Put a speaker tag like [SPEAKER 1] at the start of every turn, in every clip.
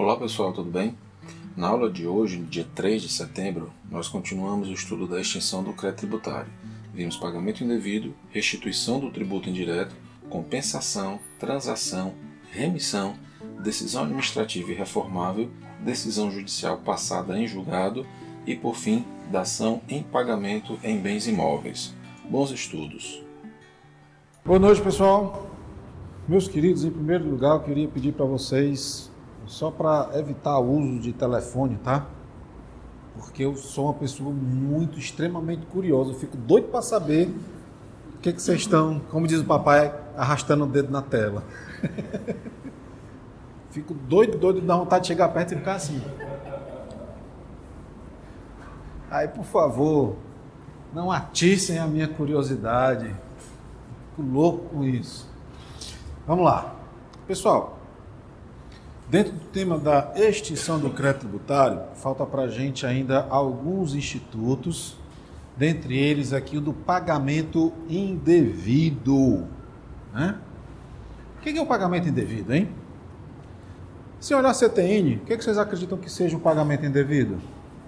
[SPEAKER 1] Olá pessoal, tudo bem? Na aula de hoje, no dia 3 de setembro, nós continuamos o estudo da extinção do crédito tributário. Vimos pagamento indevido, restituição do tributo indireto, compensação, transação, remissão, decisão administrativa irreformável, decisão judicial passada em julgado e, por fim, dação em pagamento em bens imóveis. Bons estudos!
[SPEAKER 2] Boa noite, pessoal. Meus queridos, em primeiro lugar, eu queria pedir para vocês, só para evitar o uso de telefone, tá? Porque eu sou uma pessoa extremamente curiosa. Eu fico doido para saber o que vocês estão, como diz o papai, arrastando o dedo na tela. Fico doido, dá vontade de chegar perto e ficar assim. Aí, por favor, não atiçem a minha curiosidade. Fico louco com isso. Vamos lá. Pessoal, dentro do tema da extinção do crédito tributário, falta para a gente ainda alguns institutos, dentre eles aqui o do pagamento indevido. Né? O que é o pagamento indevido, hein? Se olhar a CTN, o que vocês acreditam que seja o pagamento indevido?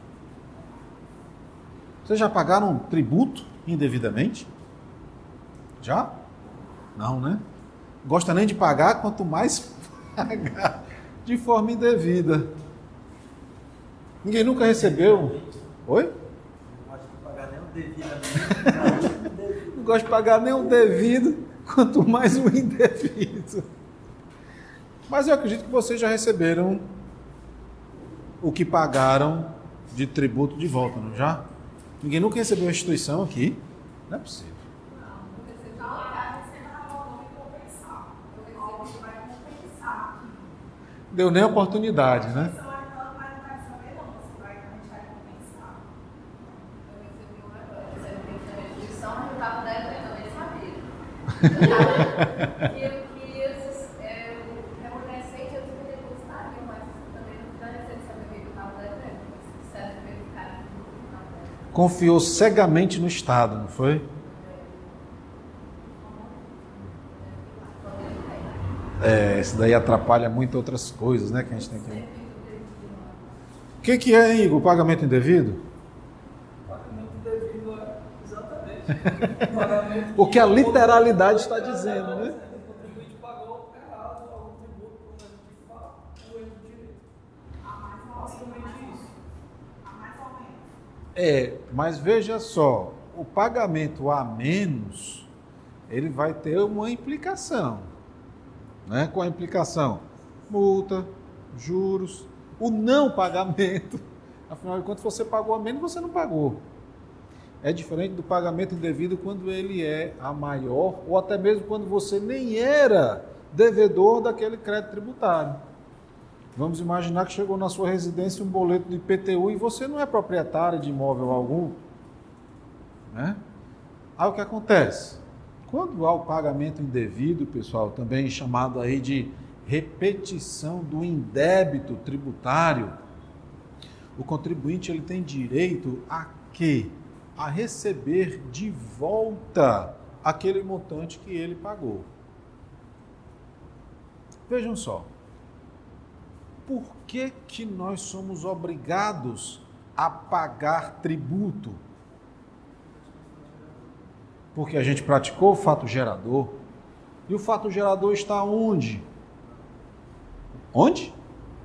[SPEAKER 2] Vocês já pagaram um tributo indevidamente? Já? Não, né? Gosta nem de pagar, quanto mais pagar de forma indevida. Ninguém nunca recebeu? Oi?
[SPEAKER 3] Não gosto de pagar nem o devido.
[SPEAKER 2] Não gosto de pagar nem o devido, quanto mais o indevido. Mas eu acredito que vocês já receberam o que pagaram de tributo de volta, não já? Ninguém nunca recebeu a restituição aqui? Não é possível. Deu nem oportunidade, né? Confiou cegamente no Estado, não foi? Isso daí atrapalha muito outras coisas, né? Que a gente tem que... O que é, Igor, o pagamento indevido?
[SPEAKER 3] Pagamento indevido é exatamente.
[SPEAKER 2] O que a literalidade está dizendo, né?
[SPEAKER 3] O contribuinte pagou errado algum tributo por um erro de fato ou erro de direito. Basicamente isso.
[SPEAKER 2] Mas veja só, o pagamento a menos, ele vai ter uma implicação. Né? Qual a implicação? Multa, juros, o não pagamento. Afinal de contas, você pagou a menos, você não pagou. É diferente do pagamento indevido quando ele é a maior, ou até mesmo quando você nem era devedor daquele crédito tributário. Vamos imaginar que chegou na sua residência um boleto de IPTU e você não é proprietário de imóvel algum. Né? Aí o que acontece? Quando há o pagamento indevido, pessoal, também chamado aí de repetição do indébito tributário, o contribuinte ele tem direito a quê? A receber de volta aquele montante que ele pagou. Vejam só, por que nós somos obrigados a pagar tributo? Porque a gente praticou o fato gerador. E o fato gerador está onde? Onde?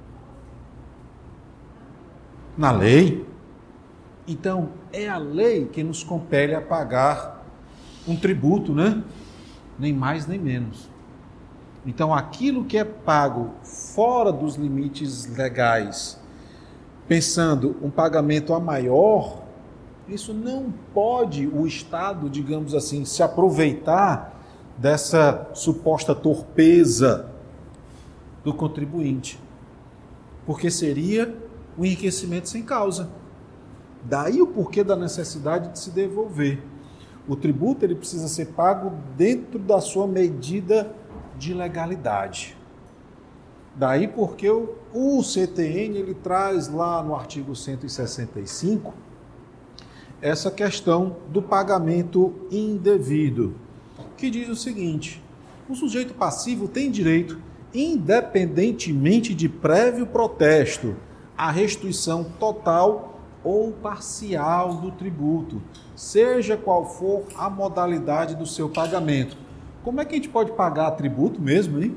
[SPEAKER 2] Na lei. Então, é a lei que nos compele a pagar um tributo, né? Nem mais nem menos. Então, aquilo que é pago fora dos limites legais, pensando um pagamento a maior, isso não pode o Estado, digamos assim, se aproveitar dessa suposta torpeza do contribuinte, porque seria um enriquecimento sem causa. Daí o porquê da necessidade de se devolver. O tributo ele precisa ser pago dentro da sua medida de legalidade. Daí porque o CTN ele traz lá no artigo 165 essa questão do pagamento indevido, que diz o seguinte: o sujeito passivo tem direito independentemente de prévio protesto, a restituição total ou parcial do tributo, seja qual for a modalidade do seu pagamento. Como é que a gente pode pagar tributo mesmo, hein?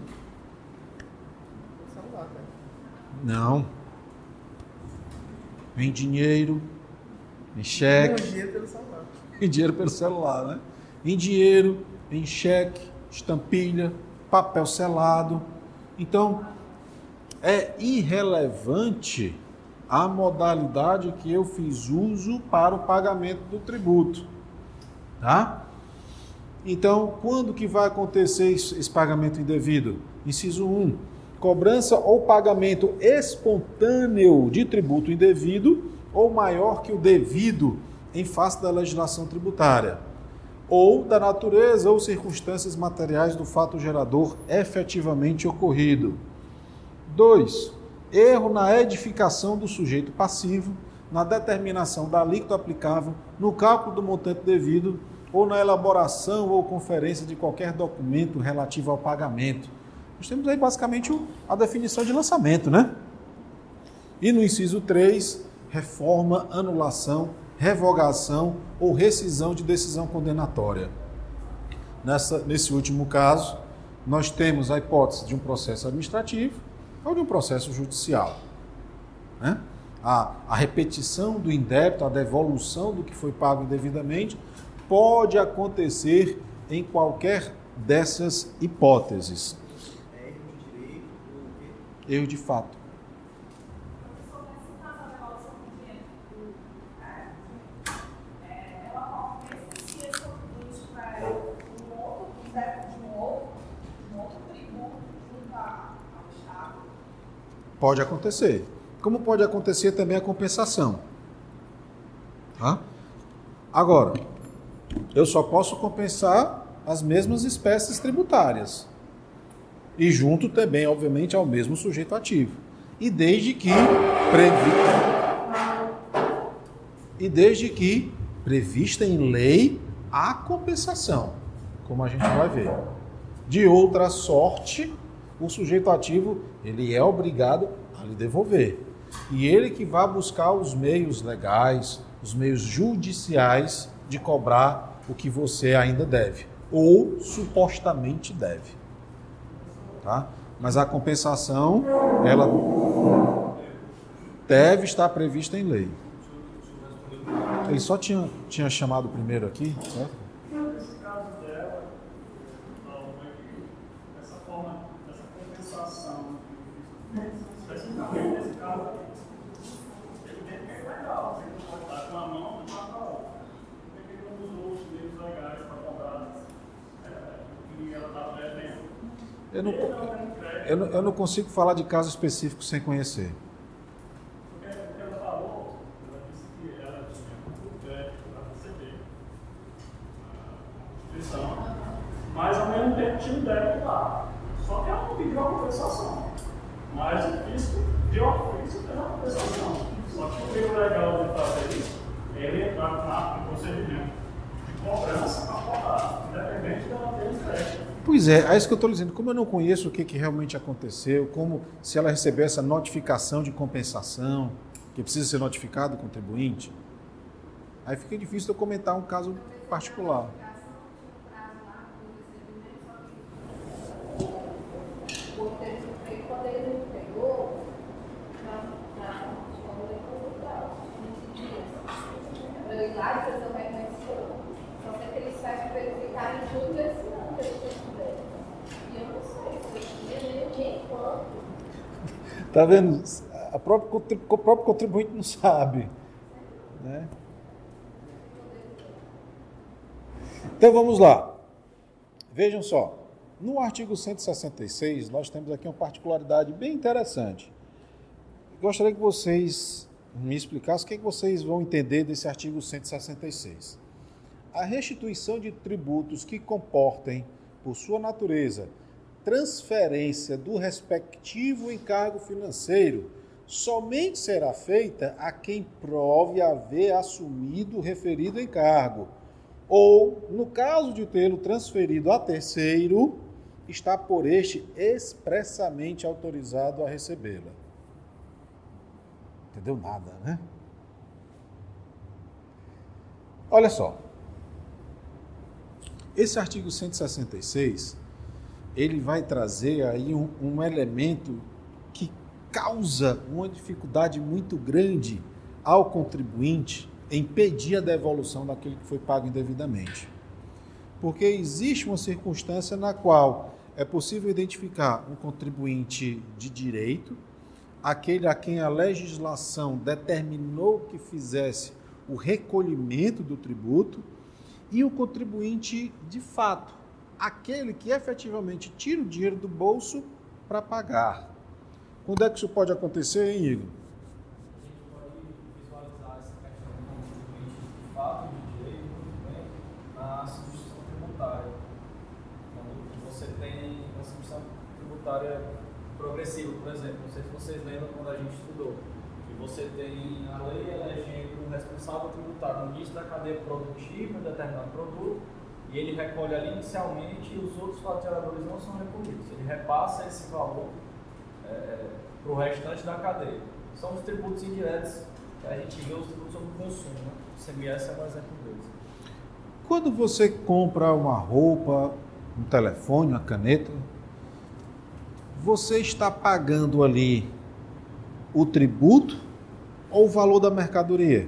[SPEAKER 2] Não. Em dinheiro, em cheque.
[SPEAKER 4] Dinheiro pelo celular.
[SPEAKER 2] Em dinheiro pelo celular, né? Em dinheiro, em cheque, estampilha, papel selado. Então, é irrelevante a modalidade que eu fiz uso para o pagamento do tributo, tá? Então, quando que vai acontecer esse pagamento indevido? Inciso 1, cobrança ou pagamento espontâneo de tributo indevido ou maior que o devido em face da legislação tributária, ou da natureza ou circunstâncias materiais do fato gerador efetivamente ocorrido. 2, erro na edificação do sujeito passivo, na determinação da alíquota aplicável, no cálculo do montante devido ou na elaboração ou conferência de qualquer documento relativo ao pagamento. Nós temos aí basicamente a definição de lançamento, né? E no inciso 3, reforma, anulação, revogação ou rescisão de decisão condenatória. Nesse último caso, nós temos a hipótese de um processo administrativo ou de um processo judicial, né? A repetição do indébito, a devolução do que foi pago indevidamente, pode acontecer em qualquer dessas hipóteses.
[SPEAKER 4] É erro de direito ou o quê?
[SPEAKER 2] Erro de fato. Pode acontecer. Como pode acontecer também a compensação. Tá? Agora, eu só posso compensar as mesmas espécies tributárias. E junto também, obviamente, ao mesmo sujeito ativo. E desde que prevista em lei a compensação, como a gente vai ver. De outra sorte, o sujeito ativo ele é obrigado a lhe devolver. E ele que vai buscar os meios legais, os meios judiciais de cobrar o que você ainda deve, ou supostamente deve. Tá? Mas a compensação, ela deve estar prevista em lei. Ele só tinha chamado primeiro aqui, certo?
[SPEAKER 5] Nesse caso dela, essa forma, essa compensação, especificamente nesse caso aqui, ele tem que ser legal, você não pode estar com a mão e com a outra. Porque ele não usou os meios legais para cobrar o que ela está devendo.
[SPEAKER 2] Eu não consigo falar de caso específico sem conhecer.
[SPEAKER 5] Porque ela falou, ela disse que ela tinha muito crédito para receber a instituição, mas ao mesmo tempo tinha um débito lá. Só que ela não pediu a compensação. Mas o fisco deu a ofício pela compensação. Só que o meio legal de fazer isso é ele entrar no procedimento de cobrança para cobrar, independente dela ter um crédito.
[SPEAKER 2] Pois é isso que eu estou dizendo. Como eu não conheço o que realmente aconteceu, como se ela recebeu essa notificação de compensação, que precisa ser notificado o contribuinte, aí fica difícil eu comentar um caso particular.
[SPEAKER 6] Quando ele me pegou, para eu ir lá e fazer o reconhecimento. Só sei que eles fazem verificar em julho desse ano que ele tem. E eu não sei se eu tinha nem quanto.
[SPEAKER 2] Tá vendo? O próprio contribuinte não sabe, né? Então vamos lá. Vejam só. No artigo 166, nós temos aqui uma particularidade bem interessante. Gostaria que vocês me explicassem o que vocês vão entender desse artigo 166. A restituição de tributos que comportem, por sua natureza, transferência do respectivo encargo financeiro somente será feita a quem prove haver assumido o referido encargo, ou, no caso de tê-lo transferido a terceiro, está por este expressamente autorizado a recebê-la. Entendeu nada, né? Olha só. Esse artigo 166, ele vai trazer aí um elemento que causa uma dificuldade muito grande ao contribuinte em pedir a devolução daquilo que foi pago indevidamente. Porque existe uma circunstância na qual é possível identificar um contribuinte de direito, aquele a quem a legislação determinou que fizesse o recolhimento do tributo, e o contribuinte de fato, aquele que efetivamente tira o dinheiro do bolso para pagar. Quando é que isso pode acontecer, hein, Igor?
[SPEAKER 4] A gente pode visualizar essa questão do contribuinte de fato, de direito, muito bem, na substituição tributária. Quando você tem uma substituição tributária progressiva, por exemplo, não sei se vocês lembram quando a gente estudou, que você tem a lei elegendo o responsável tributário no início da cadeia produtiva de determinado produto, e ele recolhe ali inicialmente e os outros fatos geradores não são recolhidos. Ele repassa esse valor para o restante da cadeia. São os tributos indiretos que a gente vê, os tributos sobre o consumo, né? O CMS é um exemplo deles.
[SPEAKER 2] Quando você compra uma roupa, um telefone, uma caneta, você está pagando ali o tributo ou o valor da mercadoria?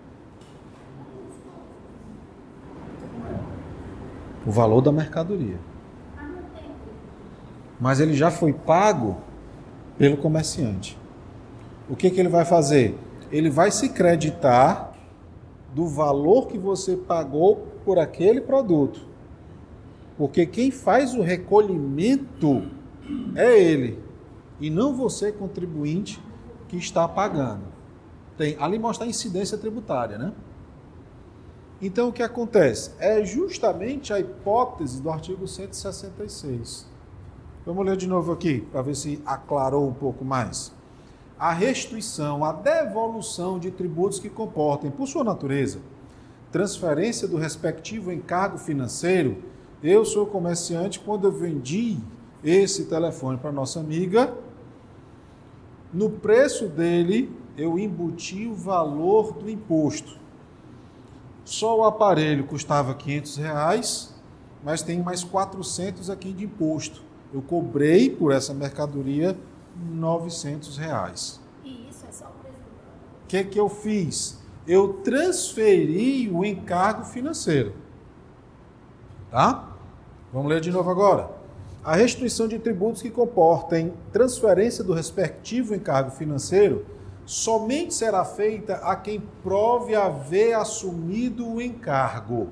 [SPEAKER 2] O valor da mercadoria. Mas ele já foi pago pelo comerciante. O que ele vai fazer? Ele vai se creditar do valor que você pagou por aquele produto. Porque quem faz o recolhimento é ele, e não você, contribuinte, que está pagando. Ali mostra a incidência tributária, né? Então, o que acontece? É justamente a hipótese do artigo 166. Vamos ler de novo aqui, para ver se aclarou um pouco mais. A restituição, a devolução de tributos que comportem, por sua natureza, transferência do respectivo encargo financeiro. Eu sou comerciante, quando eu vendi esse telefone para nossa amiga, no preço dele, eu embuti o valor do imposto. Só o aparelho custava R$500, mas tem mais 400 aqui de imposto. Eu cobrei por essa mercadoria R$900.
[SPEAKER 6] E isso é só o preço do
[SPEAKER 2] O que eu fiz? Eu transferi o encargo financeiro. Tá? Vamos ler de novo agora. A restituição de tributos que comportem transferência do respectivo encargo financeiro somente será feita a quem prove haver assumido o encargo.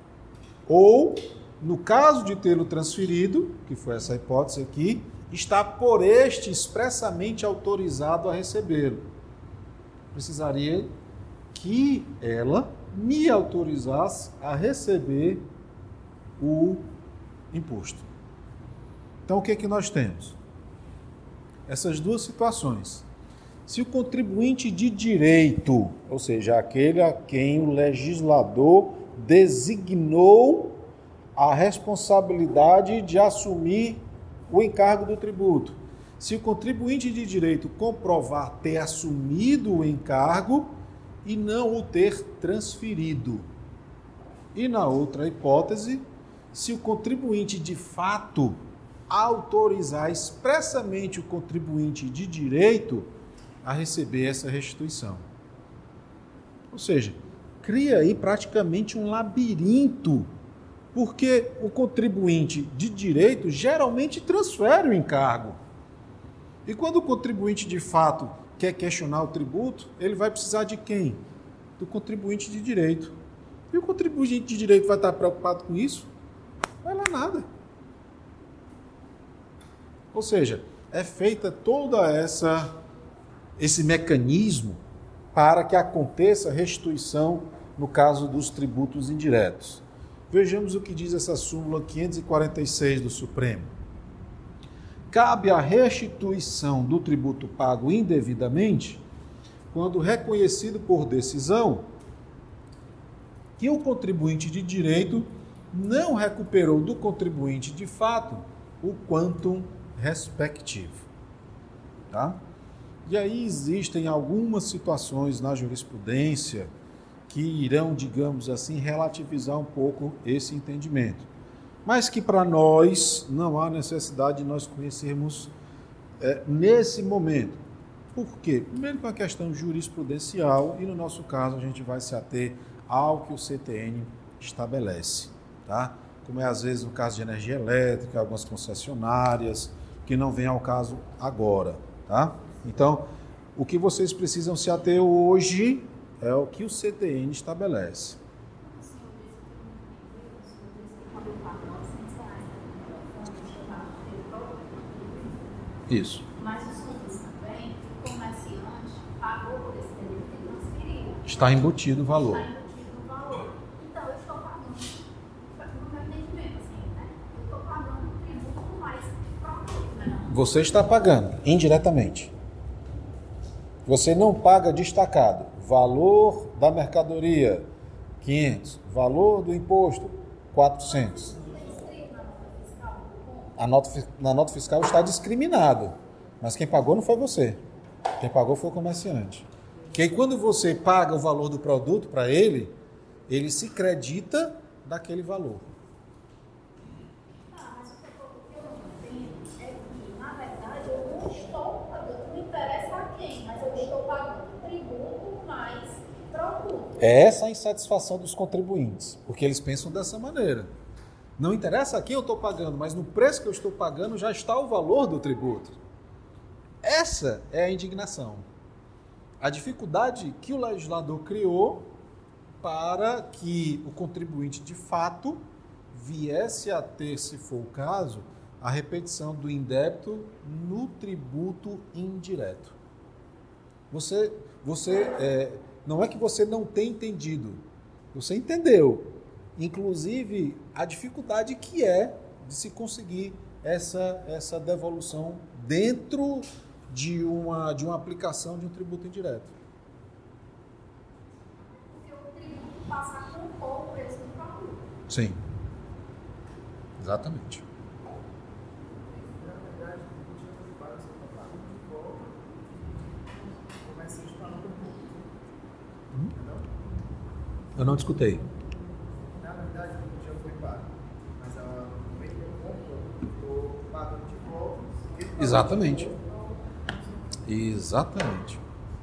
[SPEAKER 2] Ou, no caso de tê-lo transferido, que foi essa hipótese aqui, está por este expressamente autorizado a recebê-lo. Precisaria que ela me autorizasse a receber o imposto. Então, o que nós temos? Essas duas situações. Se o contribuinte de direito, ou seja, aquele a quem o legislador designou a responsabilidade de assumir o encargo do tributo, se o contribuinte de direito comprovar ter assumido o encargo e não o ter transferido. E na outra hipótese, se o contribuinte de fato autorizar expressamente o contribuinte de direito a receber essa restituição. Ou seja, cria aí praticamente um labirinto, porque o contribuinte de direito geralmente transfere o encargo. E quando o contribuinte de fato quer questionar o tributo, ele vai precisar de quem? Do contribuinte de direito. E o contribuinte de direito vai estar preocupado com isso? Vai lá nada. Ou seja, é feita toda esse mecanismo para que aconteça restituição no caso dos tributos indiretos. Vejamos o que diz essa súmula 546 do Supremo. Cabe a restituição do tributo pago indevidamente quando reconhecido por decisão que o contribuinte de direito não recuperou do contribuinte de fato o quantum respectivo. Tá? E aí existem algumas situações na jurisprudência que irão, digamos assim, relativizar um pouco esse entendimento. Mas que para nós não há necessidade de nós conhecermos nesse momento. Por quê? Primeiro com a questão jurisprudencial e no nosso caso a gente vai se ater ao que o CTN estabelece. Tá? Como é às vezes no caso de energia elétrica, algumas concessionárias, que não vem ao caso agora. Tá? Então, o que vocês precisam se ater hoje é o que o CTN estabelece. Isso.
[SPEAKER 6] Mas os fundos também, o comerciante pagou por esse período e transferiu.
[SPEAKER 2] Está embutido o valor.
[SPEAKER 6] Está embutido no valor. Então, eu estou pagando, no meu entendimento, assim, né? Eu estou pagando um tributo mais produto, né?
[SPEAKER 2] Você está pagando indiretamente. Você não paga destacado. Valor da mercadoria, 500. Valor do imposto, 400. Na nota fiscal está discriminado. Mas quem pagou não foi você. Quem pagou foi o comerciante. Porque aí quando você paga o valor do produto para ele se credita daquele valor.
[SPEAKER 6] Mas o que eu não entendo é que, na verdade, eu não estou pagando, não interessa a quem, mas eu estou pagando tributo mais produto.
[SPEAKER 2] É essa a insatisfação dos contribuintes, porque eles pensam dessa maneira. Não interessa a quem eu estou pagando, mas no preço que eu estou pagando já está o valor do tributo. Essa é a indignação. A dificuldade que o legislador criou para que o contribuinte, de fato, viesse a ter, se for o caso, a repetição do indébito no tributo indireto. Não é que você não tenha entendido, você entendeu. Inclusive, a dificuldade que é de se conseguir essa devolução dentro de uma aplicação de um tributo indireto.
[SPEAKER 6] Porque o tributo passa a compor o preço do produto.
[SPEAKER 2] Sim. Exatamente.
[SPEAKER 4] Na verdade, o tributo já foi pago, você está pagando de volta. O comerciante está no tributo. Entendeu?
[SPEAKER 2] Eu não escutei.
[SPEAKER 4] Na verdade, o tributo já foi pago. Mas no meio do ponto, eu estou pagando de volta.
[SPEAKER 2] Exatamente. Exatamente.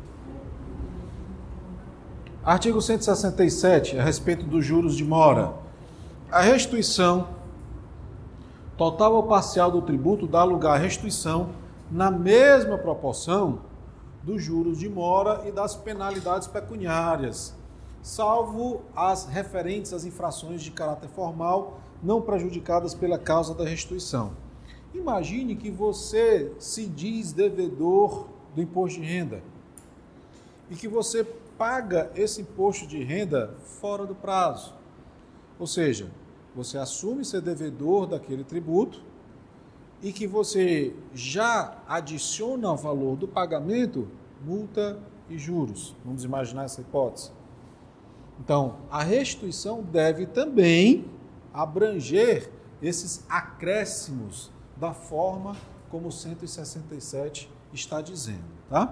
[SPEAKER 2] Artigo 167, a respeito dos juros de mora. A restituição total ou parcial do tributo dá lugar à restituição na mesma proporção dos juros de mora e das penalidades pecuniárias, salvo as referentes às infrações de caráter formal não prejudicadas pela causa da restituição. Imagine que você se diz devedor do imposto de renda e que você paga esse imposto de renda fora do prazo. Ou seja, você assume ser devedor daquele tributo e que você já adiciona ao valor do pagamento multa e juros. Vamos imaginar essa hipótese. Então, a restituição deve também abranger esses acréscimos da forma como o 167 está dizendo, tá?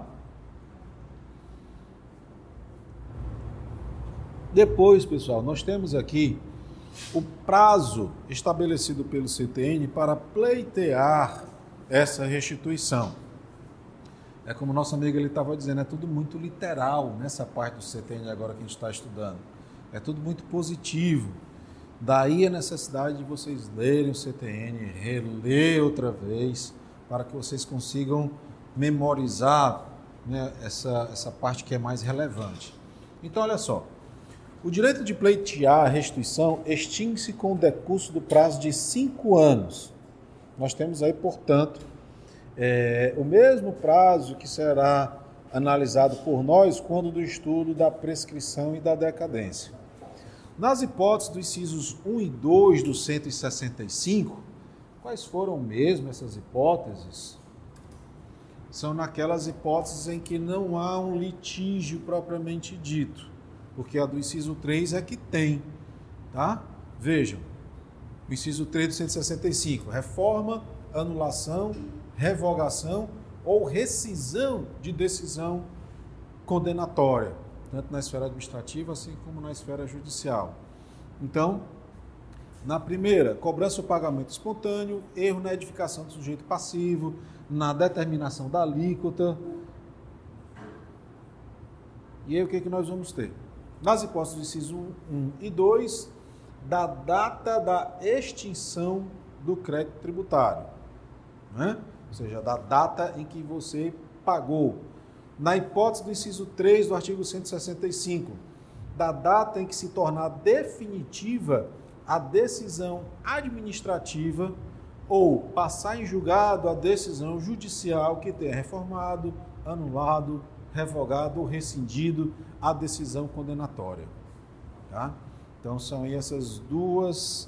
[SPEAKER 2] Depois, pessoal, nós temos aqui o prazo estabelecido pelo CTN para pleitear essa restituição. É como o nosso amigo ele estava dizendo, é tudo muito literal nessa parte do CTN agora que a gente está estudando. É tudo muito positivo. Daí a necessidade de vocês lerem o CTN, reler outra vez, para que vocês consigam memorizar, né, essa parte que é mais relevante. Então, olha só. O direito de pleitear a restituição extingue-se com o decurso do prazo de 5 anos. Nós temos aí, portanto, o mesmo prazo que será analisado por nós quando do estudo da prescrição e da decadência. Nas hipóteses dos incisos 1 e 2 do 165, quais foram mesmo essas hipóteses? São naquelas hipóteses em que não há um litígio propriamente dito, porque a do inciso 3 é que tem, tá? Vejam, O inciso 3 do 165, reforma, anulação, revogação ou rescisão de decisão condenatória, tanto na esfera administrativa assim como na esfera judicial. Então, na primeira, cobrança ou pagamento espontâneo, erro na edificação do sujeito passivo, na determinação da alíquota. E aí o que nós vamos ter? Nas hipóteses do inciso 1 e 2, da data da extinção do crédito tributário, né? Ou seja, da data em que você pagou. Na hipótese do inciso 3 do artigo 165, da data em que se tornar definitiva a decisão administrativa ou passar em julgado a decisão judicial que tenha reformado, anulado, revogado ou rescindido a decisão condenatória. Tá? Então, são aí essas duas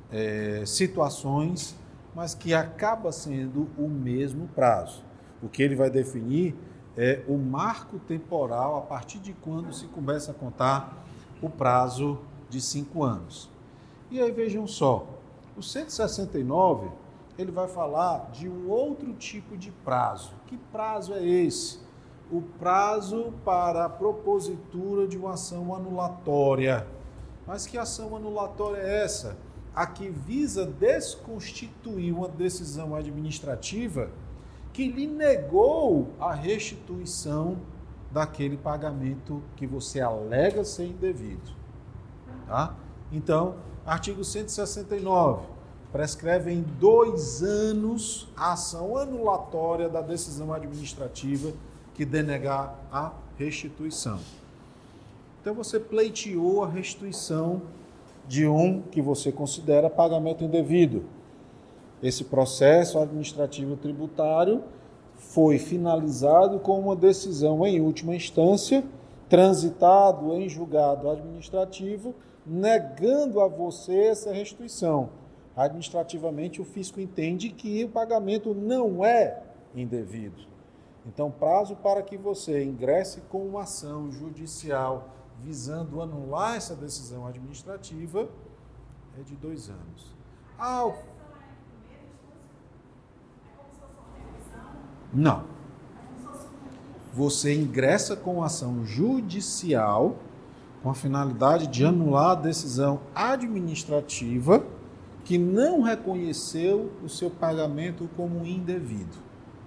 [SPEAKER 2] situações, mas que acaba sendo o mesmo prazo. O que ele vai definir é o marco temporal a partir de quando se começa a contar o prazo de 5 anos. E aí vejam só, o 169, ele vai falar de um outro tipo de prazo. Que prazo é esse? O prazo para a propositura de uma ação anulatória. Mas que ação anulatória é essa? A que visa desconstituir uma decisão administrativa que lhe negou a restituição daquele pagamento que você alega ser indevido. Tá? Então, artigo 169, prescreve em 2 anos a ação anulatória da decisão administrativa que denegar a restituição. Então, você pleiteou a restituição de um que você considera pagamento indevido. Esse processo administrativo tributário foi finalizado com uma decisão em última instância, transitado em julgado administrativo, negando a você essa restituição. Administrativamente, o fisco entende que o pagamento não é indevido. Então, prazo para que você ingresse com uma ação judicial visando anular essa decisão administrativa é de 2 anos. Não. Você ingressa com ação judicial com a finalidade de anular a decisão administrativa que não reconheceu o seu pagamento como indevido.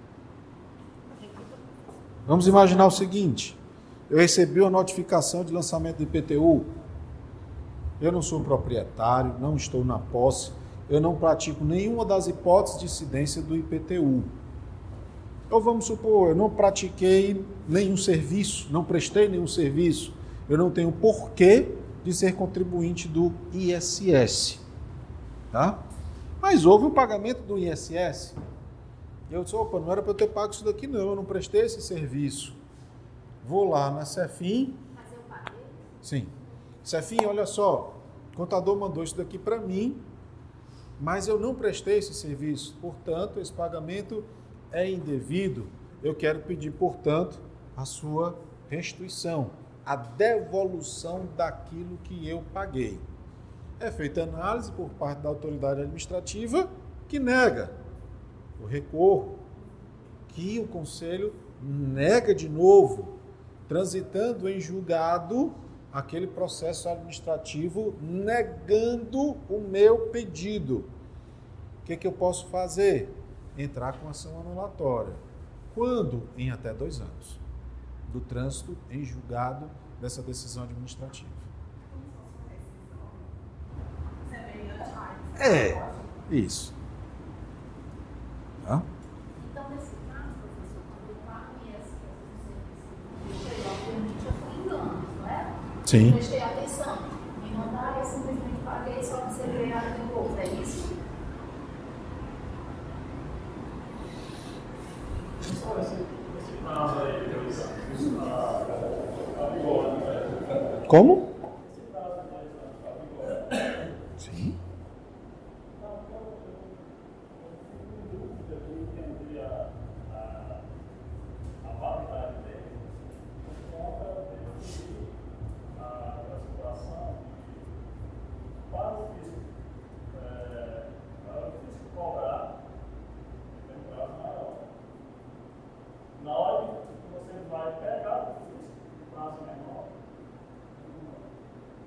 [SPEAKER 2] Vamos imaginar o seguinte: eu recebi uma notificação de lançamento do IPTU, eu não sou proprietário, não estou na posse, eu não pratico nenhuma das hipóteses de incidência do IPTU. Ou vamos supor, eu não pratiquei nenhum serviço, não prestei nenhum serviço, eu não tenho porquê de ser contribuinte do ISS. Tá? Mas houve o pagamento do ISS. Eu disse, opa, não era para eu ter pago isso daqui não, eu não prestei esse serviço. Vou lá na Cefim.
[SPEAKER 6] Mas eu paguei?
[SPEAKER 2] Sim. Cefim, olha só, o contador mandou isso daqui para mim, mas eu não prestei esse serviço. Portanto, esse pagamento é indevido. Eu quero pedir, portanto, a sua restituição, a devolução daquilo que eu paguei. É feita análise por parte da autoridade administrativa que nega. Eu recorro, que o conselho nega de novo, transitando em julgado aquele processo administrativo negando o meu pedido. O que eu posso fazer? Entrar com ação anulatória. Quando? Em até 2 anos do trânsito em julgado dessa decisão administrativa. É, isso. Tá?
[SPEAKER 6] Então, nesse caso, professor, quando eu pago o ISS, obviamente eu fui engano, não é?
[SPEAKER 2] Sim.
[SPEAKER 6] Eu prestei atenção. Me mandaram, eu simplesmente paguei, só que você ganhar de novo, é isso?
[SPEAKER 5] Só esse prazo aí, 2 anos, tá vigor, né?
[SPEAKER 2] Como?
[SPEAKER 5] Esse prazo de 2 anos tá vigor.
[SPEAKER 2] Sim.
[SPEAKER 5] A validade dele por conta da situação para o fisco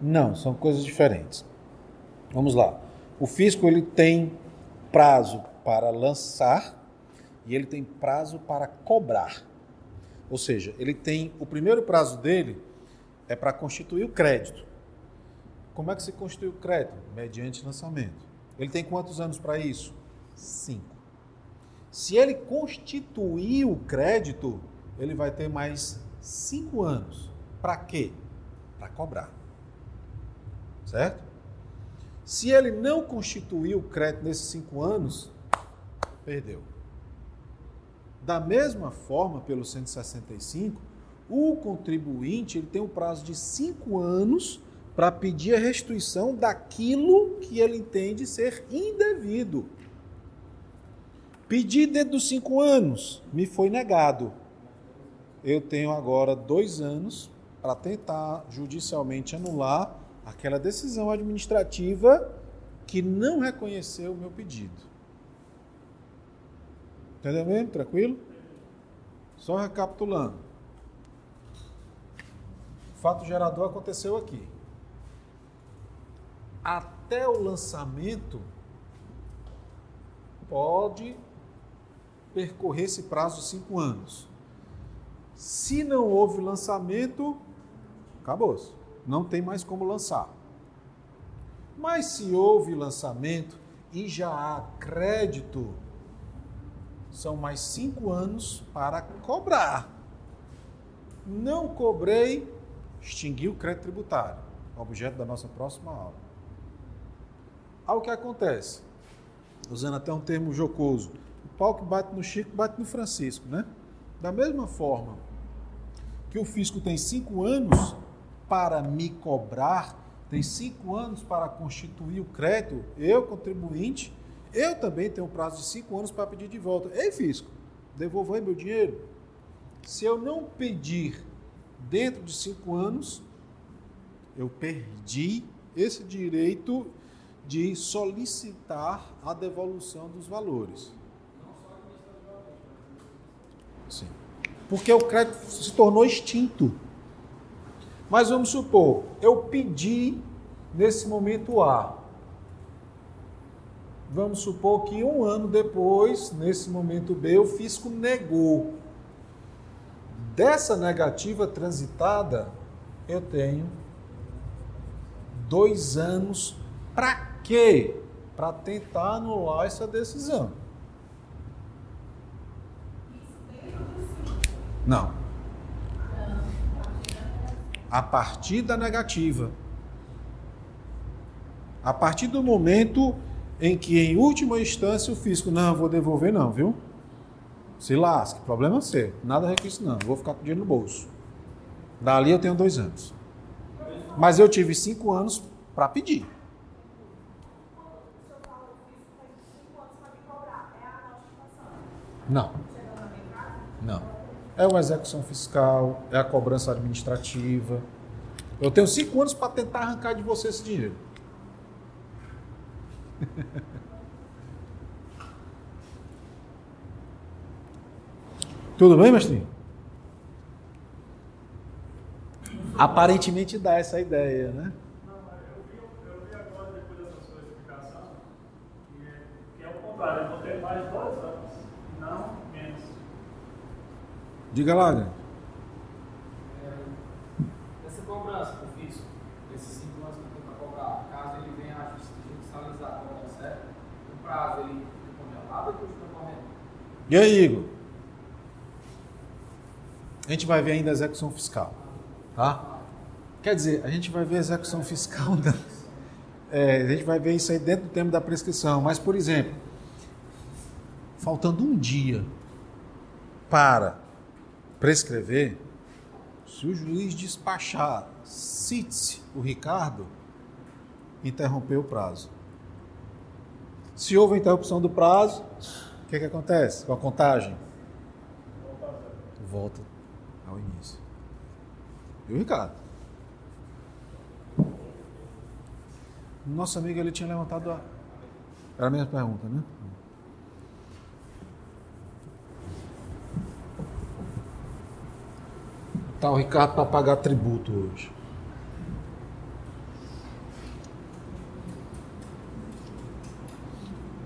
[SPEAKER 2] Não, são coisas diferentes. Vamos lá. O fisco ele tem prazo para lançar e ele tem prazo para cobrar. Ou seja, ele tem o primeiro prazo dele é para constituir o crédito. Como é que se constitui o crédito? Mediante lançamento. Ele tem quantos anos para isso? 5. Se ele constituir o crédito, ele vai ter mais 5 anos. Para quê? Para cobrar. Certo? Se ele não constituir o crédito nesses 5 anos, perdeu. Da mesma forma, pelo 165, o contribuinte ele tem um prazo de 5 anos para pedir a restituição daquilo que ele entende ser indevido. Pedi dentro dos 5 anos, me foi negado. Eu tenho agora 2 anos para tentar judicialmente anular aquela decisão administrativa que não reconheceu o meu pedido. Entendeu mesmo? Tranquilo? Só recapitulando. O fato gerador aconteceu aqui. Até o lançamento, pode percorrer esse prazo de 5 anos. Se não houve lançamento, acabou-se. Não tem mais como lançar. Mas se houve lançamento e já há crédito, são mais 5 anos para cobrar. Não cobrei, extingui o crédito tributário. Objeto da nossa próxima aula. Aí o que acontece? Usando até um termo jocoso. O pau que bate no Chico, bate no Francisco, né? Da mesma forma que o fisco tem 5 anos para me cobrar, tem 5 anos para constituir o crédito, eu, contribuinte, eu também tenho um prazo de 5 anos para pedir de volta. Ei, fisco, devolva aí meu dinheiro. Se eu não pedir dentro de 5 anos, eu perdi esse direito de solicitar a devolução dos valores. Sim. Porque o crédito se tornou extinto. Mas vamos supor, eu pedi nesse momento A. Vamos supor que 1 ano depois, nesse momento B, o fisco negou. Dessa negativa transitada, eu tenho 2 anos. Para quê? Para tentar anular essa decisão. Não. A partir da negativa. A partir do momento em que, em última instância, o fisco, não, vou devolver não, viu? Se lasque, problema seu. Nada requisito não, vou ficar com o dinheiro no bolso. Dali eu tenho 2 anos. Mas eu tive 5 anos para pedir. Não. Não. É uma execução fiscal, é a cobrança administrativa. Eu tenho 5 anos para tentar arrancar de você esse dinheiro. Tudo bem, mestrinho? Aparentemente dá essa ideia, né?
[SPEAKER 5] Não, eu vi agora, depois dessa sua explicação, que é o contrário, eu vou ter mais 2 anos, não menos.
[SPEAKER 2] Diga lá, Grande.
[SPEAKER 4] Essa cobrança do fisco, esses 5 anos que tem para cobrar, caso ele venha a judicializar a cobrança, certo? O prazo ele fica congelado ou continua correndo?
[SPEAKER 2] E aí, Igor? A gente vai ver ainda a execução fiscal, tá? Quer dizer, a gente vai ver a execução fiscal, a gente vai ver isso aí dentro do termo da prescrição, mas, por exemplo, faltando 1 dia para prescrever, se o juiz despachar, cite-se o Ricardo, interrompeu o prazo. Se houve a interrupção do prazo, o que acontece com a contagem? Volta ao início. Viu, Ricardo? Nosso amigo, ele tinha levantado a... Era a mesma pergunta, né? Tá o Ricardo para pagar tributo hoje.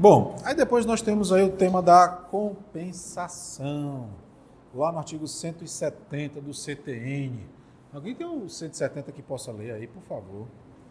[SPEAKER 2] Bom, aí depois nós temos aí o tema da compensação, lá no artigo 170 do CTN. Alguém tem o 170 que possa ler aí, por favor?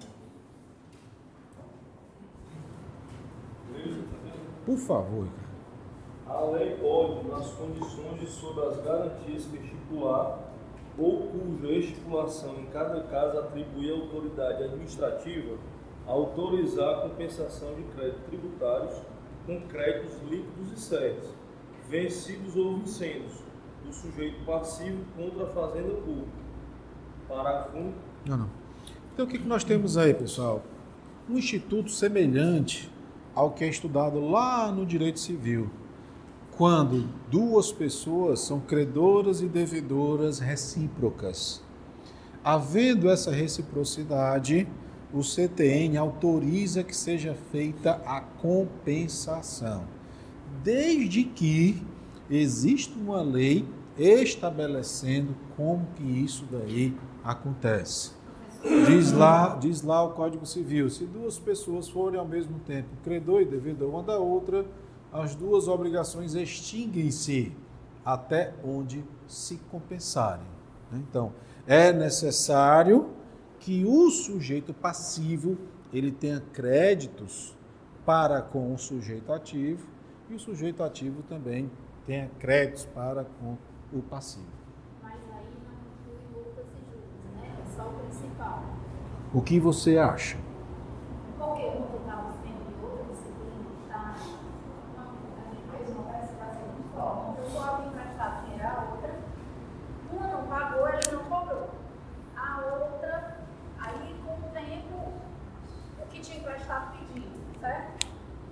[SPEAKER 2] Por favor, Ricardo.
[SPEAKER 7] A lei pode, nas condições e sob as garantias que estipular, ou cuja estipulação em cada caso atribuir à autoridade administrativa, autorizar a compensação de créditos tributários com créditos líquidos e certos, vencidos ou vincendos, do sujeito passivo contra a fazenda pública. Parágrafo único.
[SPEAKER 2] Não. Então o que nós temos aí, pessoal? Um instituto semelhante ao que é estudado lá no direito civil, quando duas pessoas são credoras e devedoras recíprocas. Havendo essa reciprocidade, o CTN autoriza que seja feita a compensação, desde que exista uma lei estabelecendo como que isso daí acontece. Diz lá o Código Civil, se duas pessoas forem ao mesmo tempo credor e devedor uma da outra, as duas obrigações extinguem-se até onde se compensarem. Então, é necessário que o sujeito passivo ele tenha créditos para com o sujeito ativo e o sujeito ativo também tenha créditos para com o passivo.
[SPEAKER 6] Mas aí não inclui multas e juros, né? É só o principal.
[SPEAKER 2] O que você acha?
[SPEAKER 6] Porque uma que estava sendo e outra disciplina está. A gente fez uma participação de forma. Uma pessoa havia emprestado dinheiro à outra, uma não pagou, ele não cobrou. A outra, aí com o tempo, o que tinha emprestado pediu, certo?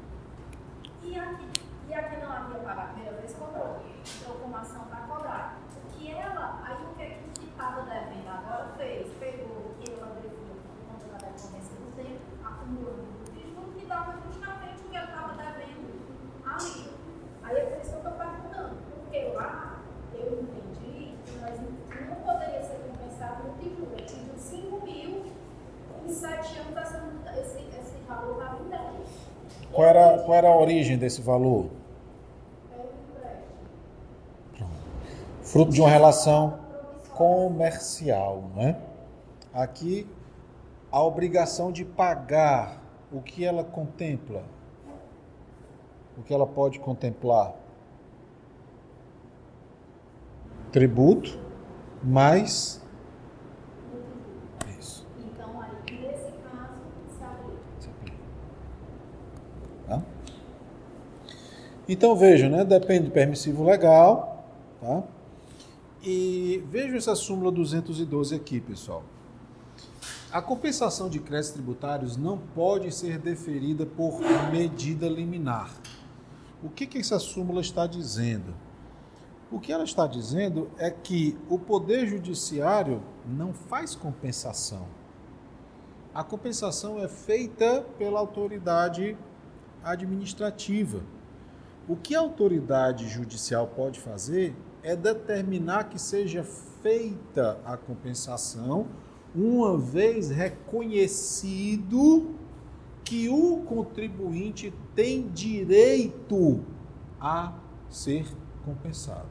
[SPEAKER 6] E a que não havia pago a primeira vez cobrou. Entrou com uma ação para cobrar. Que ela, aí o que estava devendo agora fez? Pegou o que ela devia por conta da decorrência do tempo, acumulou muito de juros que dava justamente o que ela estava devendo ali. Aí é por isso que eu estou perguntando, porque lá eu entendi que nós não poderia ser compensado no que juro. Ele pediu 5 mil, em 7 anos esse valor estava em 10.
[SPEAKER 2] Qual era a origem desse valor? Fruto de uma relação comercial, né? Aqui, a obrigação de pagar, o que ela contempla? O que ela pode contemplar? Tributo, mais... Isso.
[SPEAKER 6] Então, aí, nesse caso, se aplica.
[SPEAKER 2] Tá? Então, vejam, né? Depende do permissivo legal, tá? E vejam essa súmula 212 aqui, pessoal. A compensação de créditos tributários não pode ser deferida por medida liminar. O que essa súmula está dizendo? O que ela está dizendo é que o Poder Judiciário não faz compensação. A compensação é feita pela autoridade administrativa. O que a autoridade judicial pode fazer é determinar que seja feita a compensação, uma vez reconhecido que o contribuinte tem direito a ser compensado.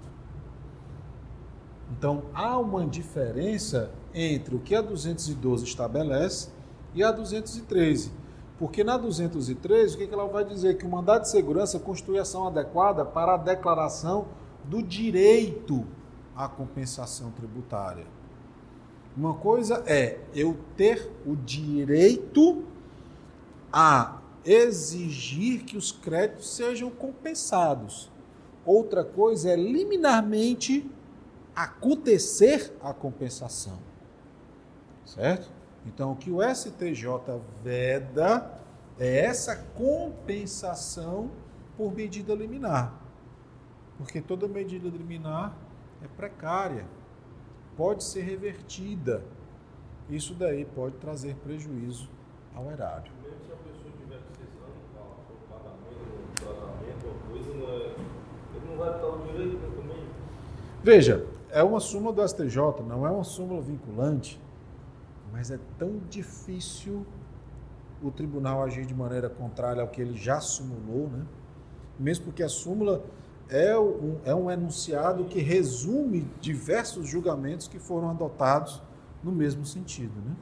[SPEAKER 2] Então, há uma diferença entre o que a 212 estabelece e a 213. Porque na 213, o que ela vai dizer? Que o mandado de segurança constitui ação adequada para a declaração do direito à compensação tributária. Uma coisa é eu ter o direito a exigir que os créditos sejam compensados. Outra coisa é liminarmente acontecer a compensação. Certo? Então, o que o STJ veda é essa compensação por medida liminar. Porque toda medida liminar é precária, pode ser revertida. Isso daí pode trazer prejuízo ao erário.
[SPEAKER 7] Mesmo se a pessoa estiver precisando o pagamento, o tratamento, ou coisa, ele não vai estar o direito também?
[SPEAKER 2] Veja, é uma súmula do STJ, não é uma súmula vinculante, mas é tão difícil o tribunal agir de maneira contrária ao que ele já sumulou, né? Mesmo porque a súmula é um enunciado que resume diversos julgamentos que foram adotados no mesmo sentido, né?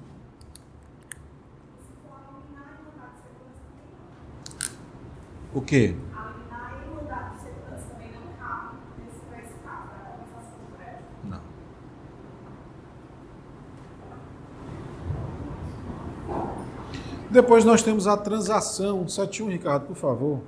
[SPEAKER 2] O quê? Não. Depois nós temos a transação. 71, Ricardo, por favor.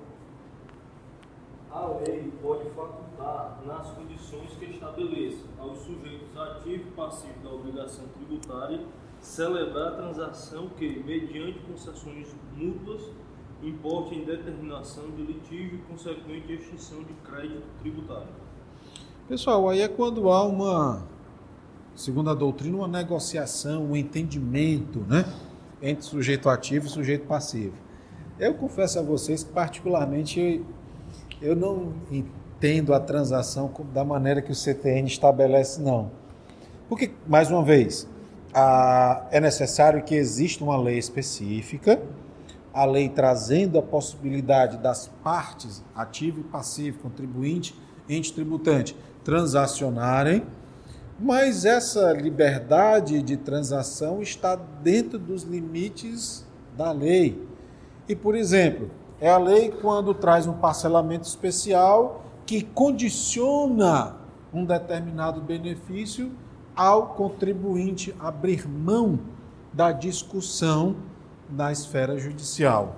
[SPEAKER 7] A lei pode facultar, nas condições que estabeleça, aos sujeitos ativo e passivo da obrigação tributária, celebrar a transação que, mediante concessões mútuas, importe em determinação de litígio e consequente extinção de crédito tributário.
[SPEAKER 2] Pessoal, aí é quando há uma, segundo a doutrina, uma negociação, um entendimento, né, entre sujeito ativo e sujeito passivo. Eu confesso a vocês que, particularmente, eu não entendo a transação da maneira que o CTN estabelece, não. Porque, mais uma vez, é necessário que exista uma lei específica, a lei trazendo a possibilidade das partes, ativo e passivo, contribuinte, ente tributante, transacionarem, mas essa liberdade de transação está dentro dos limites da lei. E, por exemplo, é a lei quando traz um parcelamento especial que condiciona um determinado benefício ao contribuinte abrir mão da discussão na esfera judicial.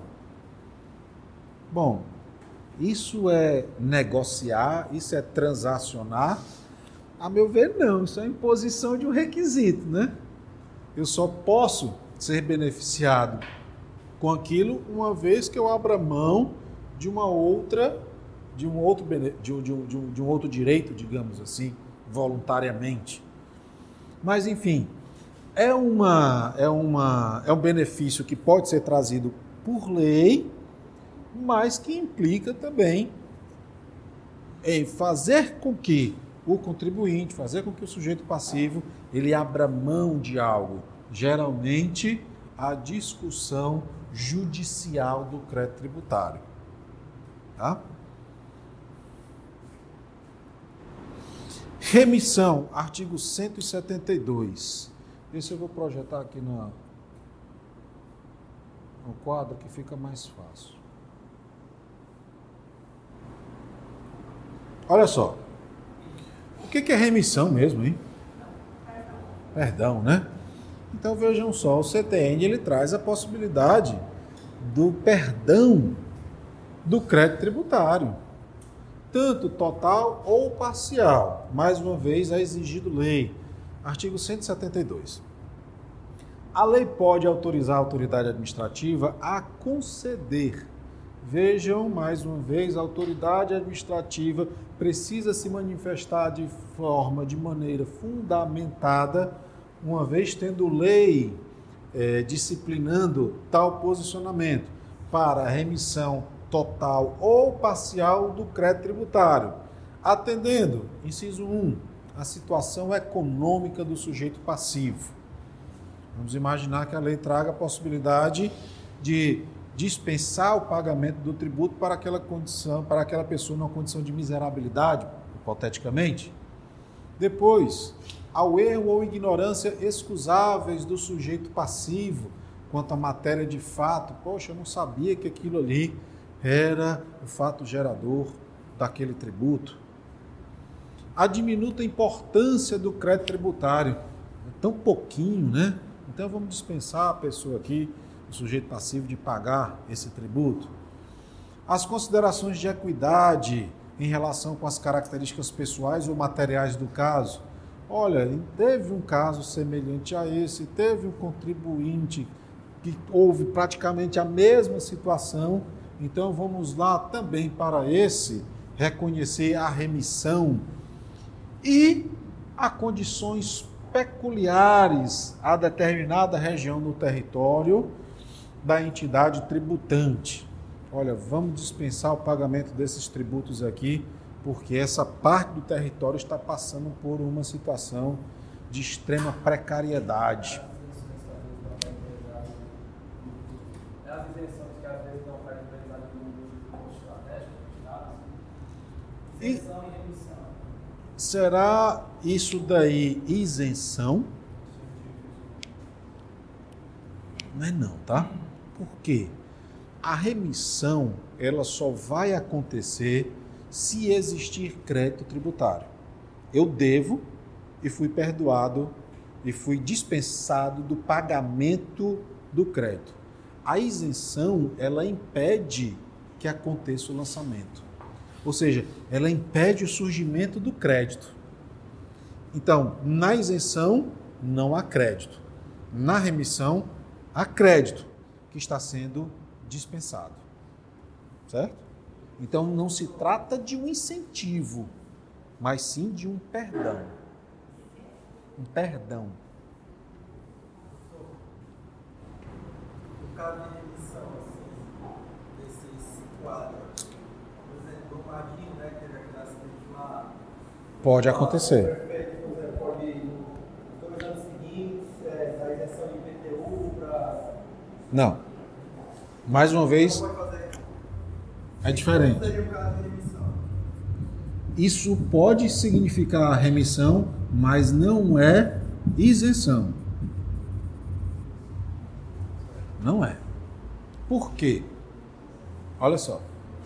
[SPEAKER 2] Bom, isso é negociar, isso é transacionar? A meu ver, não. Isso é imposição de um requisito, né? Eu só posso ser beneficiado com aquilo uma vez que eu abra mão de um outro direito, digamos assim, voluntariamente. Mas, enfim, é um benefício que pode ser trazido por lei, mas que implica também em fazer com que o contribuinte, fazer com que o sujeito passivo, ele abra mão de algo, geralmente a discussão judicial do crédito tributário. Tá? Remissão, artigo 172. Esse eu vou projetar aqui no quadro que fica mais fácil. Olha só. O que é remissão mesmo, hein? Perdão, né? Então vejam só, o CTN ele traz a possibilidade do perdão do crédito tributário, tanto total ou parcial. Mais uma vez, é exigido lei. Artigo 172. A lei pode autorizar a autoridade administrativa a conceder. Vejam, mais uma vez, a autoridade administrativa precisa se manifestar de maneira fundamentada, uma vez tendo lei disciplinando tal posicionamento para a remissão total ou parcial do crédito tributário, atendendo, inciso 1, a situação econômica do sujeito passivo. Vamos imaginar que a lei traga a possibilidade de dispensar o pagamento do tributo para aquela condição, para aquela pessoa numa condição de miserabilidade, hipoteticamente. Depois, ao erro ou ignorância excusáveis do sujeito passivo quanto à matéria de fato. Poxa, eu não sabia que aquilo ali era o fato gerador daquele tributo. A diminuta importância do crédito tributário. É tão pouquinho, né? Então vamos dispensar a pessoa aqui, o sujeito passivo, de pagar esse tributo. As considerações de equidade em relação com as características pessoais ou materiais do caso. Olha, teve um caso semelhante a esse, teve um contribuinte que houve praticamente a mesma situação, então vamos lá também para esse reconhecer a remissão e a condições peculiares a determinada região do território da entidade tributante. Olha, vamos dispensar o pagamento desses tributos aqui, porque essa parte do território está passando por uma situação de extrema precariedade.
[SPEAKER 4] É Isenção e remissão.
[SPEAKER 2] Será isso daí isenção? Não é não, tá? Por quê? A remissão, ela só vai acontecer se existir crédito tributário. Eu devo e fui perdoado e fui dispensado do pagamento do crédito. A isenção, ela impede que aconteça o lançamento. Ou seja, ela impede o surgimento do crédito. Então, na isenção, não há crédito. Na remissão, há crédito que está sendo dispensado. Certo? Então, não se trata de um incentivo, mas sim de um perdão. Um perdão.
[SPEAKER 8] No caso de remissão, assim, desse quadro, por exemplo, o Brumadinho, né, que teve aquele acidente lá.
[SPEAKER 2] Pode acontecer.
[SPEAKER 8] Perfeito, por exemplo, pode ir nos 2 anos seguintes, a isenção de IPTU para.
[SPEAKER 2] Não. Mais uma vez,
[SPEAKER 8] Pode fazer.
[SPEAKER 2] é diferente.
[SPEAKER 8] Seria o caso de remissão.
[SPEAKER 2] Isso pode significar remissão, mas não é isenção. Não é. Por quê? Olha só.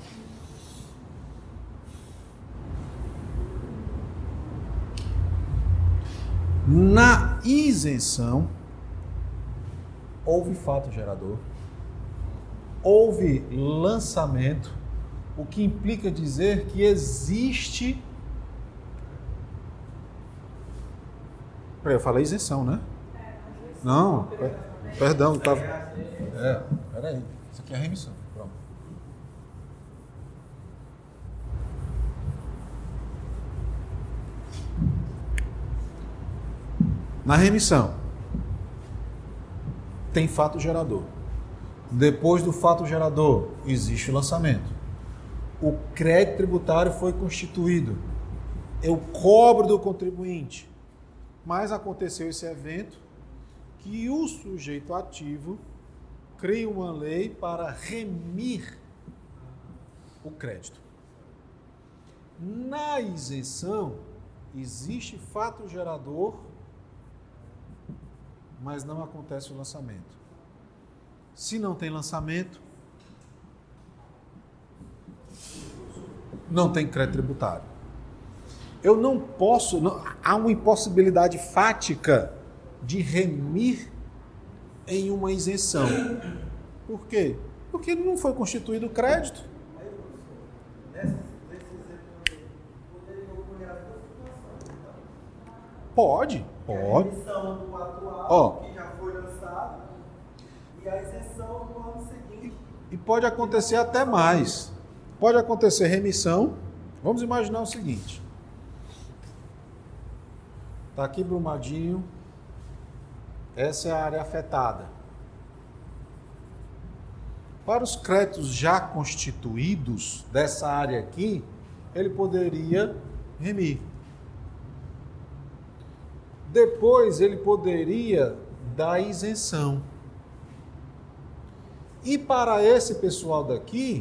[SPEAKER 2] Na isenção, houve fato gerador, houve lançamento, o que implica dizer que existe... Peraí, eu falei isenção, né? Não, perdão, estava... Peraí, isso aqui é remissão, pronto. Na remissão, tem fato gerador. Depois do fato gerador, existe o lançamento. O crédito tributário foi constituído. Eu cobro do contribuinte. Mas aconteceu esse evento que o sujeito ativo cria uma lei para remir o crédito. Na isenção, existe fato gerador, mas não acontece o lançamento. Se não tem lançamento, não tem crédito tributário. Eu não posso, há uma impossibilidade fática de remir em uma isenção. Por quê? Porque não foi constituído o crédito.
[SPEAKER 8] Nesse exemplo aí, poderia ocorrer as duas situações, então.
[SPEAKER 2] Pode.
[SPEAKER 8] A remissão do atual, que já foi lançado, e a isenção do ano seguinte.
[SPEAKER 2] E pode acontecer até mais. Pode acontecer remissão. Vamos imaginar o seguinte. Está aqui Brumadinho. Essa é a área afetada. Para os créditos já constituídos dessa área aqui, ele poderia remir. Depois ele poderia dar isenção. E para esse pessoal daqui,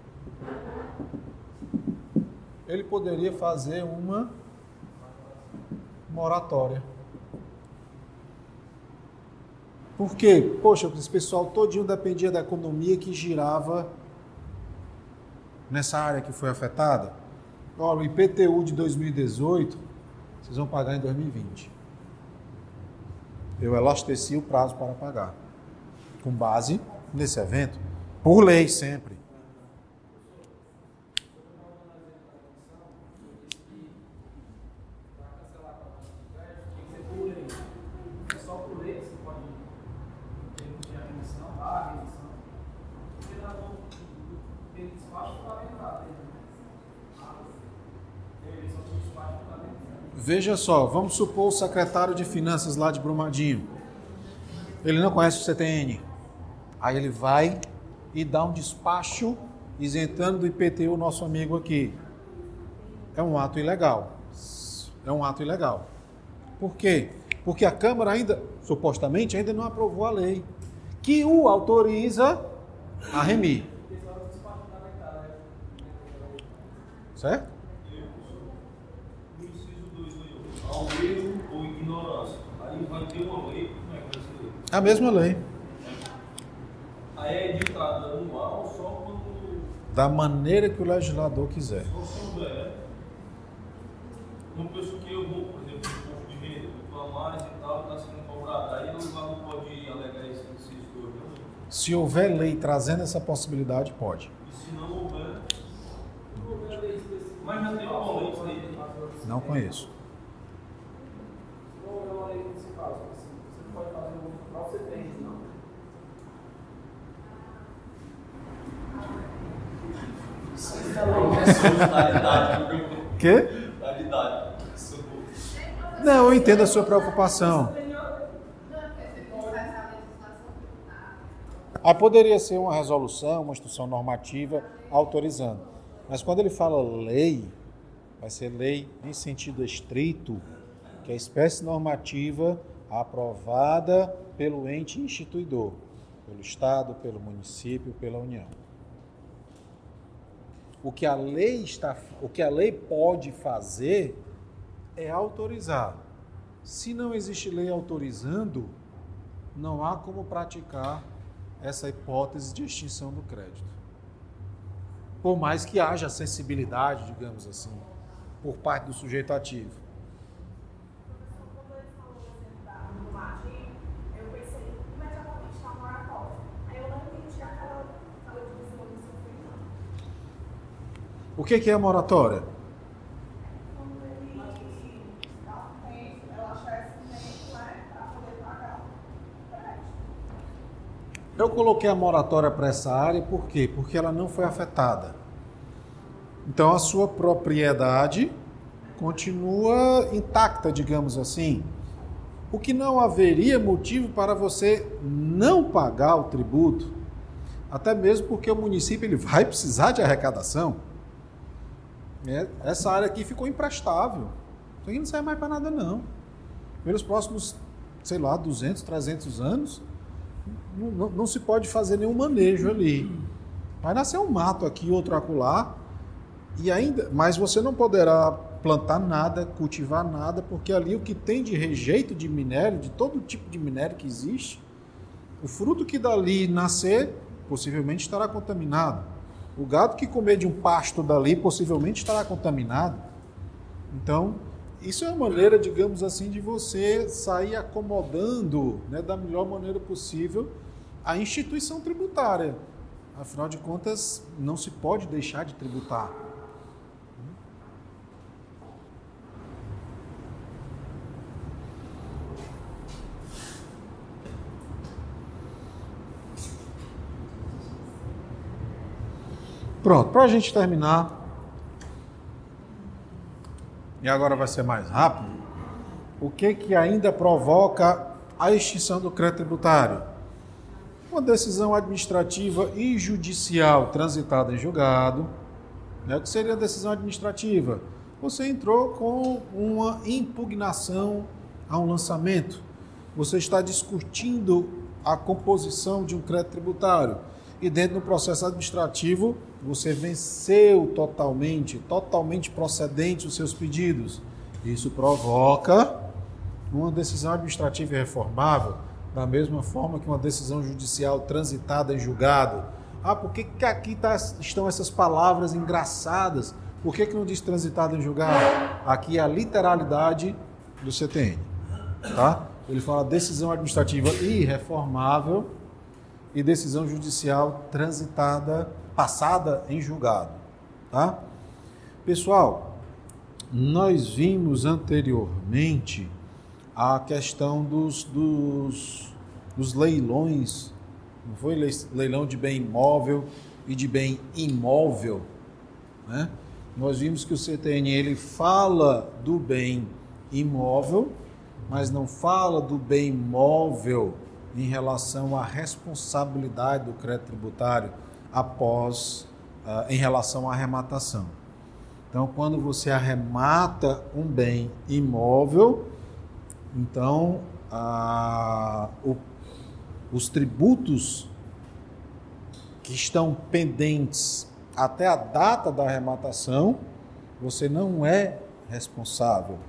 [SPEAKER 2] ele poderia fazer uma moratória. Por quê? Poxa, esse pessoal todinho dependia da economia que girava nessa área que foi afetada. Olha, o IPTU de 2018, vocês vão pagar em 2020. Eu elasteci o prazo para pagar, com base nesse evento, por lei sempre.
[SPEAKER 4] Só por lei você pode permitir a remissão, a remissão. Porque nós vamos ter despacho fundamental.
[SPEAKER 2] Veja só, vamos supor o secretário de Finanças lá de Brumadinho. Ele não conhece o CTN. Aí ele vai e dá um despacho isentando do IPTU o nosso amigo aqui. É um ato ilegal. É um ato ilegal. Por quê? Porque a Câmara ainda, supostamente, ainda não aprovou a lei que o autoriza a remir. Certo?
[SPEAKER 7] ao erro ou ignorância. Aí vai ter uma lei, como é que vai ser?
[SPEAKER 2] A mesma lei.
[SPEAKER 7] Aí é editada anual só quando
[SPEAKER 2] Da maneira que o legislador quiser.
[SPEAKER 7] só souber. Uma pessoa que eu vou, por exemplo, no posto de renda, eu mais e tal, está sendo cobrado. Aí o valor pode alegar esse inciso 2, né?
[SPEAKER 2] Se houver lei trazendo essa possibilidade, pode.
[SPEAKER 7] E se não houver, mas já tem uma lei disso aí.
[SPEAKER 2] Não conheço.
[SPEAKER 4] Não é uma lei nesse caso, assim, você não pode fazer um para você tem, não.
[SPEAKER 2] Quê? Não, eu entendo a sua preocupação. Aí poderia ser uma resolução, uma instrução normativa autorizando. Mas quando ele fala lei, vai ser lei em sentido estrito, que é a espécie normativa aprovada pelo ente instituidor, pelo Estado, pelo município, pela União. O que a lei pode fazer é autorizar. Se não existe lei autorizando, não há como praticar essa hipótese de extinção do crédito. Por mais que haja sensibilidade, digamos assim, por parte do sujeito ativo.
[SPEAKER 6] Quando ele falou o exemplo do margem, eu pensei imediatamente na moratória. Aí eu não entendi aquela divisão do seu final.
[SPEAKER 2] O que é a moratória?
[SPEAKER 6] Quando ele dá um tempo, ela achar esse tempo, né, para poder pagar o crédito.
[SPEAKER 2] Eu coloquei a moratória para essa área por quê? Porque ela não foi afetada. Então a sua propriedade continua intacta, digamos assim. O que não haveria motivo para você não pagar o tributo, até mesmo porque o município ele vai precisar de arrecadação. Essa área aqui ficou imprestável. Isso aqui não serve mais para nada não. Pelos próximos, 200, 300 anos, não se pode fazer nenhum manejo ali. Vai nascer um mato aqui, outro acolá, mas você não poderá plantar nada, cultivar nada, porque ali o que tem de rejeito de minério, de todo tipo de minério que existe, o fruto que dali nascer, possivelmente estará contaminado. O gado que comer de um pasto dali, possivelmente estará contaminado. Então, isso é uma maneira, digamos assim, de você sair acomodando, né, da melhor maneira possível a instituição tributária. Afinal de contas, não se pode deixar de tributar. Pronto, para a gente terminar, e agora vai ser mais rápido, o que ainda provoca a extinção do crédito tributário? Uma decisão administrativa e judicial transitada em julgado. O que seria a decisão administrativa? Você entrou com uma impugnação a um lançamento. Você está discutindo a composição de um crédito tributário. E dentro do processo administrativo, você venceu totalmente procedente os seus pedidos. Isso provoca uma decisão administrativa irreformável, da mesma forma que uma decisão judicial transitada em julgado. Por que aqui estão essas palavras engraçadas? Por que não diz transitada em julgado? Aqui é a literalidade do CTN. Tá? Ele fala decisão administrativa irreformável e decisão judicial transitada, passada em julgado. Tá? Pessoal, nós vimos anteriormente a questão dos leilões, não foi leilão de bem imóvel e de bem imóvel, né? Nós vimos que o CTN ele fala do bem imóvel, mas não fala do bem móvel em relação à responsabilidade do crédito tributário em relação à arrematação. Então, quando você arremata um bem imóvel, então os tributos que estão pendentes até a data da arrematação, você não é responsável.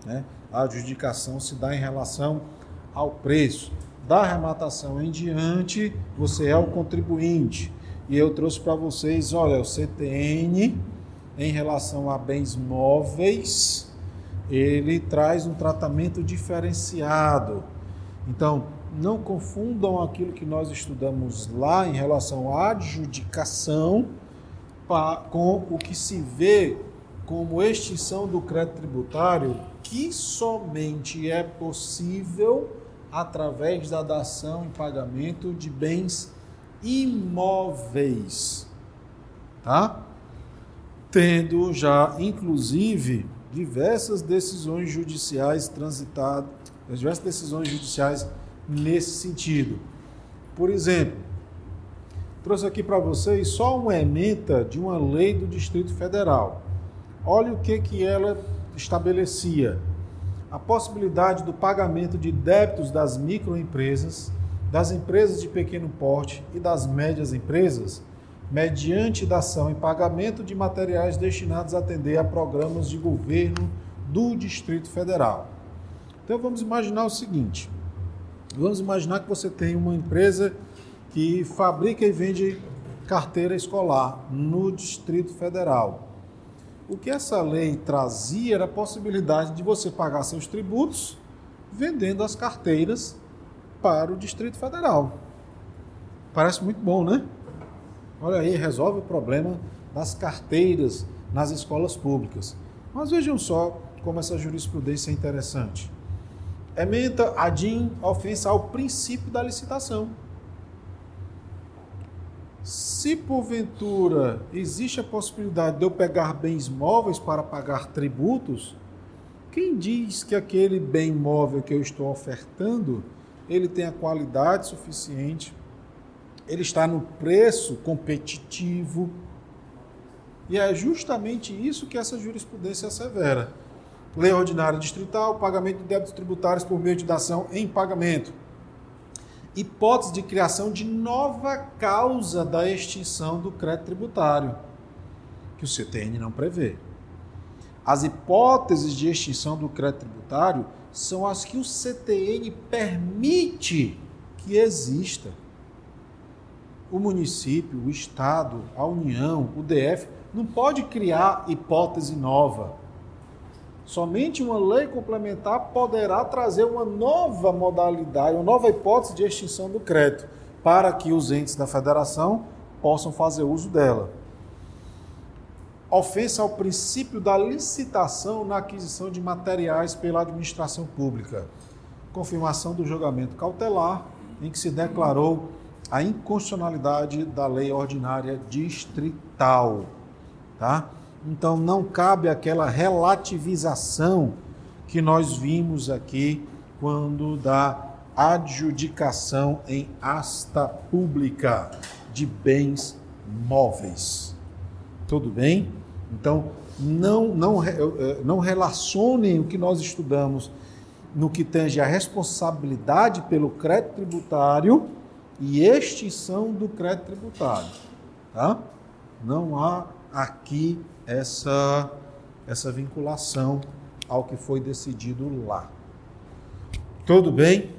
[SPEAKER 2] né? A adjudicação se dá em relação ao preço. Da arrematação em diante, você é o contribuinte. E eu trouxe para vocês, olha, o CTN, em relação a bens móveis, ele traz um tratamento diferenciado. Então, não confundam aquilo que nós estudamos lá em relação à adjudicação com o que se vê como extinção do crédito tributário, que somente é possível através da dação em pagamento de bens imóveis, tá? Tendo já, inclusive, diversas decisões judiciais transitadas, diversas decisões judiciais nesse sentido. Por exemplo, trouxe aqui para vocês só uma ementa de uma lei do Distrito Federal. Olha o que ela estabelecia. A possibilidade do pagamento de débitos das microempresas, das empresas de pequeno porte e das médias empresas, mediante dação em pagamento de materiais destinados a atender a programas de governo do Distrito Federal. Então vamos imaginar o seguinte, vamos imaginar que você tem uma empresa que fabrica e vende carteira escolar no Distrito Federal. O que essa lei trazia era a possibilidade de você pagar seus tributos vendendo as carteiras para o Distrito Federal. Parece muito bom, né? Olha aí, resolve o problema das carteiras nas escolas públicas. Mas vejam só como essa jurisprudência é interessante. Ementa ADIM, ofensa ao princípio da licitação. Se porventura existe a possibilidade de eu pegar bens móveis para pagar tributos, quem diz que aquele bem móvel que eu estou ofertando, ele tem a qualidade suficiente, ele está no preço competitivo, e é justamente isso que essa jurisprudência assevera. Lei Ordinária Distrital, pagamento de débitos tributários por meio de dação em pagamento. Hipótese de criação de nova causa da extinção do crédito tributário, que o CTN não prevê. As hipóteses de extinção do crédito tributário são as que o CTN permite que exista. O município, o Estado, a União, o DF, não pode criar hipótese nova. Somente uma lei complementar poderá trazer uma nova modalidade, uma nova hipótese de extinção do crédito, para que os entes da federação possam fazer uso dela. Ofensa ao princípio da licitação na aquisição de materiais pela administração pública. Confirmação do julgamento cautelar, em que se declarou a inconstitucionalidade da lei ordinária distrital, tá? Então, não cabe aquela relativização que nós vimos aqui quando da adjudicação em asta pública de bens móveis. Tudo bem? Então, não relacionem o que nós estudamos no que tange a responsabilidade pelo crédito tributário e extinção do crédito tributário. Tá? Não há aqui essa vinculação ao que foi decidido lá. Tudo bem?